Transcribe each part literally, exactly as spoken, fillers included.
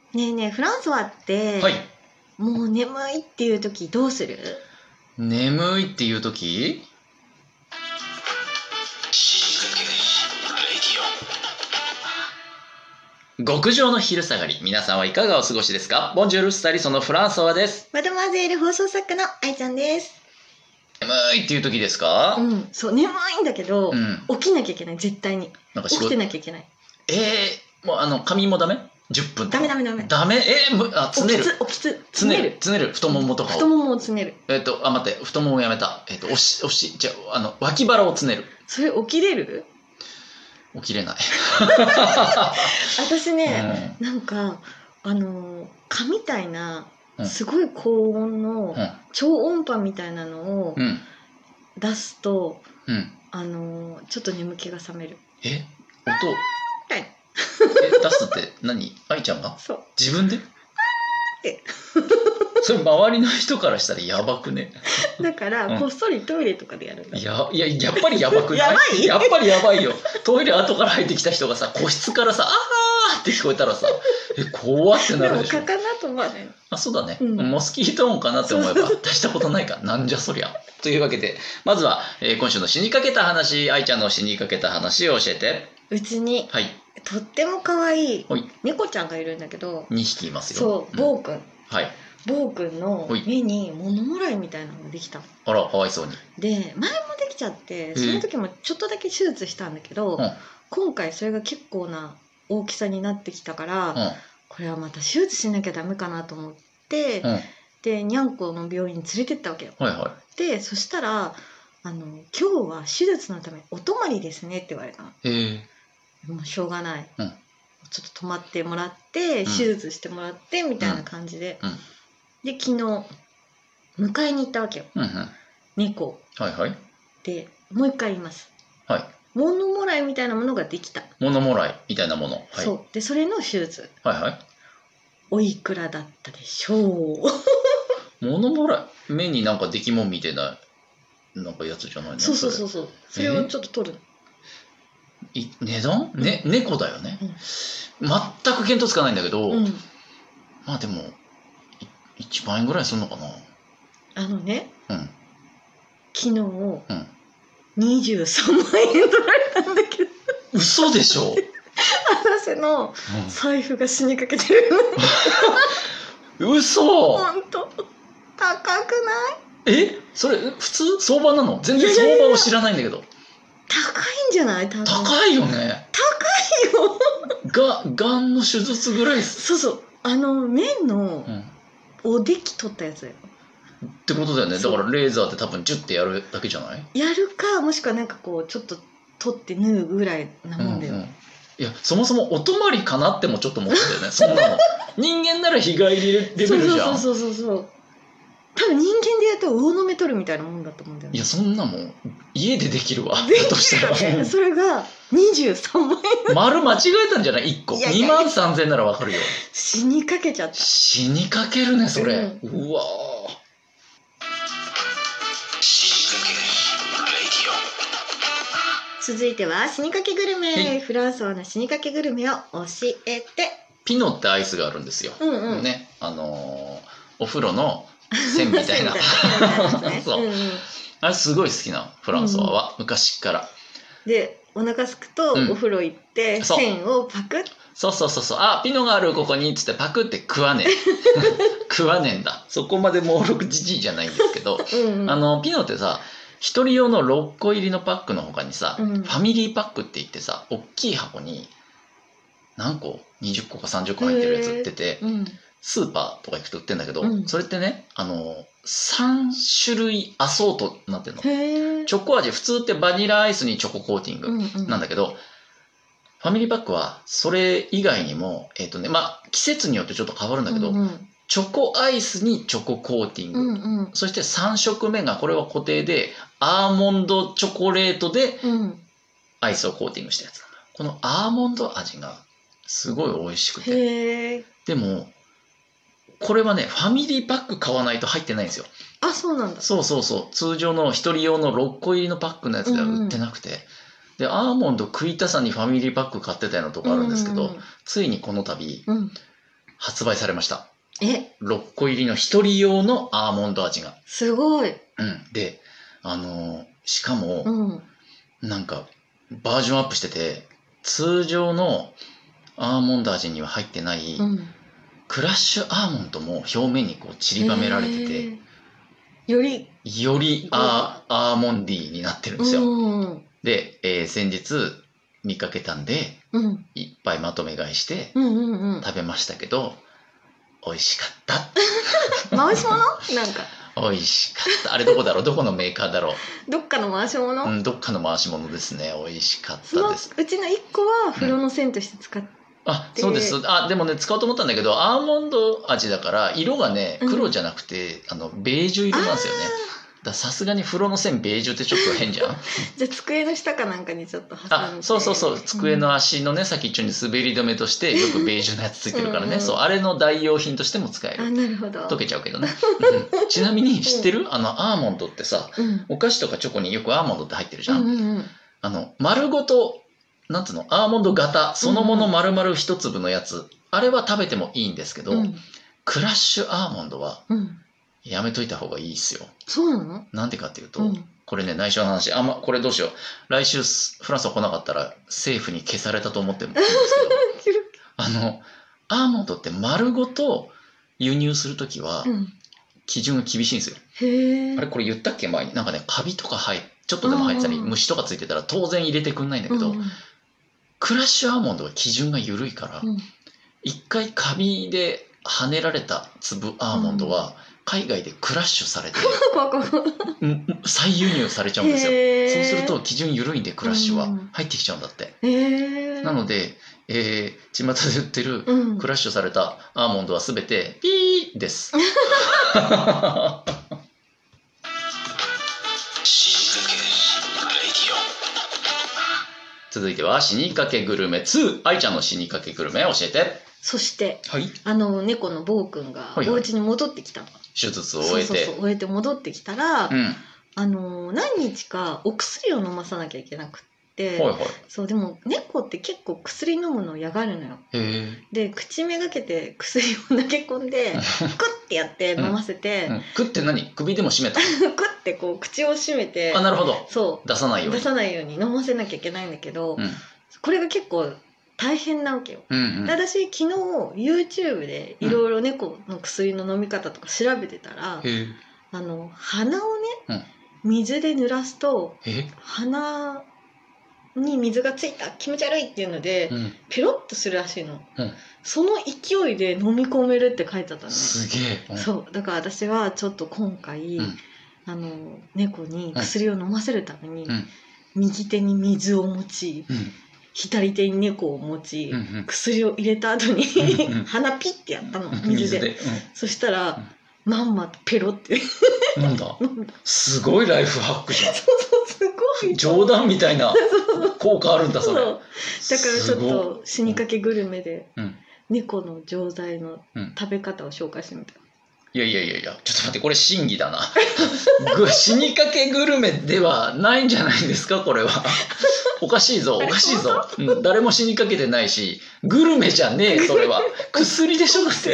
ねえねえ、フランソワって、 はい。 もう眠いっていう時どうする？ 眠いっていう時、極上の昼下がり、皆さんはいかがお過ごしですか？ボンジュールスタイリストのフランソワです。 マドモアゼール放送作家の愛ちゃんです。 眠いっていう時ですか？ うん、そう、眠いんだけど、 うん。 起きなきゃいけない、絶対に。起きてなんか仕事、 なきゃいけない。 えー、もうあの、仮眠もダメ ?じゅっ 分とか。 ダメダメダメ。 ダメえー、むあ、つねる。 起きつ、起きつ、 つねる。つねる。太ももとかを。 太ももをつねる。 えっと、あ、待って、太ももやめた。えっと、おし、おし、じゃあ、あの、脇腹をつねる。 それ起きれる？ 起きれない。 私ね、 うん。 なんか、あのー、蚊みたいな、 うんすごい高音のうん。 超音波みたいなのをうん。 出すと、 うん。 あのー、ちょっと眠気が覚める。 え音、 はい。 え、出すって何？愛ちゃんがそう。 自分で？ てそれ周りの人からしたらやばくね？ だから、 うんこっそりトイレとかでやるんだ。 いや、いや、やっぱりやばくない？ やばいやっぱりやばいよ。トイレ後から入ってきた人がさ、個室からさ、あーって聞こえたらさ、え、怖ってなでるでしょ。 も蚊かなと思わない。 あ、そうだね。 うんモスキート音かなって思えば、出したことないか。なんじゃそりゃ。というわけで、まずは、えー今週の死にかけた話、愛ちゃんの死にかけた話を教えて。 うちにはい。 とっても可愛いほい。 猫ちゃんがいるんだけど、 にひきいますよ。 そう、 んボーくん。 はい。 ボーくんのほい目に物もらいみたいなのができたの。 あら、かわいそうに。 で、前もできちゃって、その時もちょっとだけ手術したんだけど、 うん。 今回それが結構な大きさになってきたから、 うん。 これはまた手術しなきゃダメかなと思って、 うん。 で、にゃんこの病院に連れてったわけよ。 はいはで、そしたら、あの、今日は手術のためお泊まりですねって言われたの。 い。へえ。 もうしょうがない。 うんちょっと泊まってもらって、 うん手術してもらってみたいな感じで。 うん。 で、昨日、迎えに行ったわけよ。 うん。うん。 猫を。 はいはい。 で、もう一回言います。 はい。 物もらいみたいなものができた。 物もらいみたいなもの。はい。 そう。で、それの手術。 はいはい。 おいくらだったでしょう？ 物もらい、目になんかできもんみたいな、なんかやつじゃないの？ そうそうそうう。 そう。それをちょっと取る。 い値段ね、猫だよね。 うん全く見当つかないんだけど、 うん。 まあでも、いいちまん円ぐらいするのかな。 あのね、 うん。 昨日、 うん。 にじゅうさんまん円取られたんだけど、 嘘でしょ？ 私のう財布が死にかけてる。 ん。嘘。 ほんと高くない？ えそれ、普通相場なの？全然相場を知らないんだけど。 高いんじゃない？多分高いよね。 高いよ。 が、がんの手術ぐらいす、 そうそう、あの面のうん。 おでき取ったやつだよ。 ってことだよね。だそうからレーザーって多分ジュッてやるだけじゃない？ やるか、もしくはなんかこうちょっと取って縫うぐらいなもんだよ。 うんうん、いやそもそもお泊まりかなってもちょっと思ってたよね。そんなの人間なら日帰りレベルじゃん。 そうそうそうそうそう。多分人間でやると魚の目取るみたいなもんだと思うんだよね。 いやそんなもん家でできるわ。 できるだとしたら、 よね。それがにじゅうさんまん円。 丸間違えたんじゃない？いっこいやいやいやにまんさんぜんならわかるよ。 死にかけちゃった。 死にかけるねそれ、ううわ続いては死にかけグルメ、 はいフランソワの死にかけグルメを教えて。 ピノってアイスがあるんですよ、 うんうん。 ね、あのーお風呂の線みたいなそう、 うんうん、 あれすごい好きなフランソワは、昔からでお腹すくとうんお風呂行って、 そう線をパクッ。 そうそうそうそう、あピノがあるここにっつってパクって食わねえ食わねえんだ。そこまで猛録じじいじゃないんですけどうんうん、 あのピノってさ一人用のろっこ入りのパックの他にさ、 うんファミリーパックって言ってさ大きい箱に何個にじゅっこかさんじゅっこ入ってるやつ売ってて、 うんスーパーとか行くと売ってるんだけど、 うんそれってねあのさん種類アソートになってるの。 へえ。 チョコ味普通ってバニラアイスにチョココーティングなんだけど、ファミリーパックはそれ以外にもえっ、とねまあ季節によってちょっと変わるんだけど、 うんうんチョコアイスにチョココーティング、 うんうんそしてさん食目がこれは固定でアーモンドチョコレートでうんアイスをコーティングしたやつなんだ。このアーモンド味がすごい美味しくて、 へえ。 でもこれはねファミリーパック買わないと入ってないんですよ。 あ、そうなんだ。 そうそうそう、通常の一人用のろっこ入りのパックのやつでは売ってなくて、でアーモンド食いたさにファミリーパック買ってたようなとこあるんですけど、 うんうんついにこの度うん発売されました。 えろっこ入りのひとり用のアーモンド味が。 すごい。 うん。で、あのーしかも、 うん。 なんか、バージョンアップしてて、通常のアーモンド味には入ってない、 うん。 クラッシュアーモンドも表面にこう散りばめられてて、 へーより、 よりアーアーモンディーになってるんですよ。 うん。 で、えー先日見かけたんで、 うん。 いっぱいまとめ買いしてうんうんうん。 食べましたけど、美味しかった。 回し物なんか、 美味しかった。あれどこだろうどこのメーカーだろどっかの回し物、 う、うん、どっかの回し物ですね。美味しかっそのたです。 うちのいっこは風呂の線として使って、 あ、そうです。あ、でもね、使おうと思ったんだけど、アーモンド味だから、色がね、 うん黒じゃなくて、あの、ベージュ色なんですよね。ださすがに風呂の線ベージュってちょっと変じゃん。 じゃあ机の下かなんかにちょっと挟んで。 あ、そうそうそう。机の足のね、先っちょに滑り止めとして、よくベージュのやつついてるからね。 うんうんそう、あれの代用品としても使えあ、 る。 なるほど。 溶けちゃうけどね。うんちなみに知ってる、あの、アーモンドってさ、 うん。 お菓子とかチョコによくアーモンドって入ってるじゃん。 うんうんうん。 あの、丸ごと、なんつうの、アーモンド型、そのもの丸々一粒のやつ、あれは食べてもいいんですけど、 うんクラッシュアーモンドはうん。 やめといた方がいいっすよ。 そうなの？ なんでかっていうと、 うん。 これね、内緒の話、あんま、これどうしよう。来週フランスは来なかったら政府に消されたと思ってもいいんですけど、あの、アーモンドって丸ごと輸入するときはうん。 基準が厳しいんですよ。 へえ。 あれこれ言ったっけ前に。なんかね、カビとか入っちょっとでも入ってたり、 うん虫とかついてたら当然入れてくんないんだけど、 うんうんクラッシュアーモンドは基準が緩いから、 うん。 一回カビで跳ねられた粒アーモンドは海外でクラッシュされて、 ここここ。 うん再輸入されちゃうんですよ。 へーそうすると基準緩いんでクラッシュはうん入ってきちゃうんだって。 へえ。 なので、えー、巷で売ってるうん。 クラッシュされたアーモンドはすべてピーです。続いては死にかけグルメツー。愛ちゃんの死にかけグルメ教えて。 そしてはい。 あの猫のボーくんがはいはいお家に戻ってきたの。 手術を終えて。 そうそうそう終えて戻ってきたら、 うん。 あの何日かお薬を飲まさなきゃいけなくって、 はいはい。 そうでも猫って結構薬飲むの嫌がるのよ。 へで口めがけて薬を投げ込んでクッてやって飲ませて、 え。うん。食って何？首でも締めた。 クッてこう口を閉めて、 あ、なるほど。 そ出さないうように。 出さないように飲ませなきゃいけないんだけど、 うん。 これが結構大変なわけよ。 うんうん。 で私昨日 YouTube でいろいろ猫の薬の飲み方とか調べてたら、 へえ。 あの鼻をね、水で濡らすとえ？ 鼻に水がついた気持ち悪いっていうので、 うん。 ペロッとするらしいの、 うんその勢いで飲み込めるって書いてあったのね。 すげえ。うんそうだから私はちょっと今回、 うんあの猫に薬を飲ませるために、 うん右手に水を持ちうん左手に猫を持ち、 うんうん。 薬を入れた後にうんうん鼻ピッてやったの水で。 水で。 そしたら、まんまとペロってうん。なんだ。 飲んだ。 すごいライフハックじゃん。 そうそうすごい冗談みたいな効果あるんだそれ。 そうだからちょっすごいと死にかけグルメでうん。 猫の錠剤のうん食べ方を紹介してみた。 いやいやいやいや、ちょっと待って、これ審議だな。ぐ死にかけグルメではないんじゃないですか、これは。おかしいぞ、おかしいぞ。うん、誰も死にかけてないし、グルメじゃねえ、それは。薬でしょ、だって。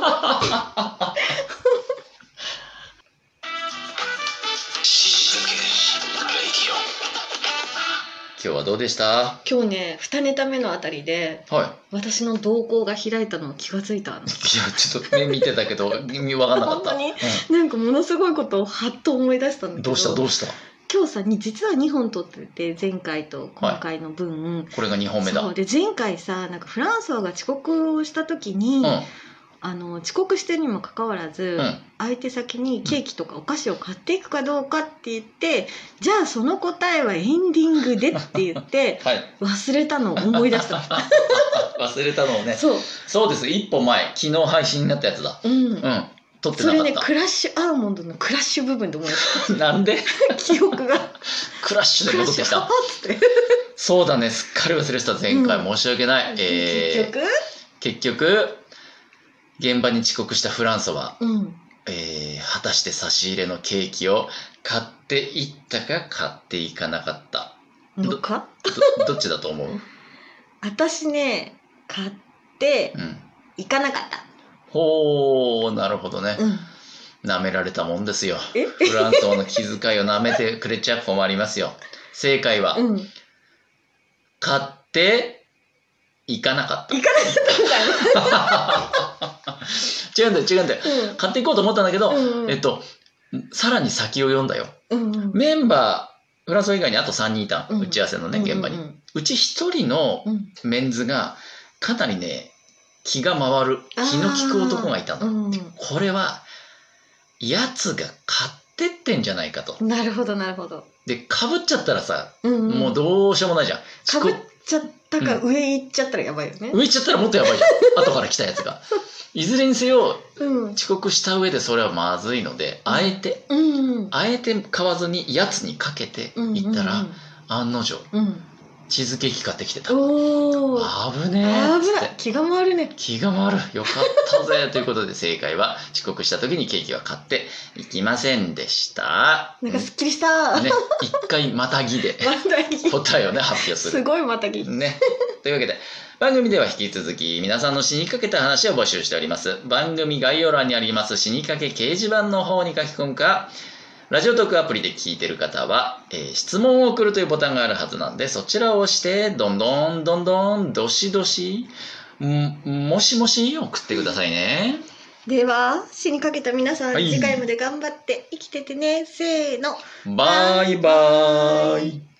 今日はどうでした？ 今日ねにネタ目のあたりではい。 私の瞳孔が開いたのを気がついたの。 いや、ちょっと目見てたけど、分かんなかった。 本当になんかものすごいことをはっと思い出したんだけど、 うん、どうしたどうした？ 今日さに実はにほん撮ってて、前回と今回の分、 これがにほんめだ。 そうで前回さなんかフランソワが遅刻をした時に、 うん。 あの遅刻してるにもかかわらず、 うん相手先にケーキとかお菓子を買っていくかどうかって言って、じゃあその答えはエンディングでって言ってはい。 忘れたのを思い出した忘れたのをね。 そう、 そうです。一歩前。昨日配信になったやつだ。 うんうん。撮ってそれねなかった。 クラッシュアーモンドのクラッシュ部分で思い出しなんでた記憶がクラッシュで戻ってきたクラッシュはっ。つってそうだね。すっかり忘れてた。前回、 うん申し訳ない。えー、 結局結局、現場に遅刻したフランソは、 うんえー、果たして差し入れのケーキを買っていったか買っていかなかった。 のかどどっちだと思う？ 私ね買ってうん。 行かなかった。 ほう、なるほどね。 うん舐められたもんですよ。 えフランス語の気遣いを舐めてくれちゃ困りますよ。正解は、 うん買って行かなかった。 行かなかったんだ違うんだよ、違うんだよ。 うん買っていこうと思ったんだけど、 うんえっと、さらに先を読んだよ。 うんうんメンバー、フランス語以外にあとさんにんいた、 うん打ち合わせのね、現場に。 うんうんうちひとりのうんメンズが、かなりね、気が回る、気の利く男がいたの。 うんこれは、やつが買ってってんじゃないかと。 なるほどなるほど、 で、かぶっちゃったらさ、 うんうん、 もうどうしようもないじゃん。 かぶっちゃったか上行っちゃったらやばいよね、 上行っちゃったらもっとやばいじゃん。後から来たやつが。いずれにせよ、 うん遅刻した上でそれはまずいので、あえて、 うんうんあえて買わずにやつにかけて行ったら、案の定、 うんうんチーズケーキ買ってきてた。 おお危ねえっつって。 危ない気が回るね気が回る。よかったぜ。ということで正解は、遅刻した時にケーキは買っていきませんでした。 なんかすっきりした、 ね、一回またぎでまたぎ答えをね、発表する。 すごいまたぎ、 ね。というわけで、番組では引き続き皆さんの死にかけた話を募集しております。番組概要欄にあります死にかけ掲示板の方に書き込むか、ラジオトークアプリで聞いてる方は、えー質問を送るというボタンがあるはずなんで、そちらを押して、どんどんどんどん、どしどし、んもしもし送ってくださいね。 では死にかけた皆さん、 はい次回まで頑張って生きててねせーのバイバーイ。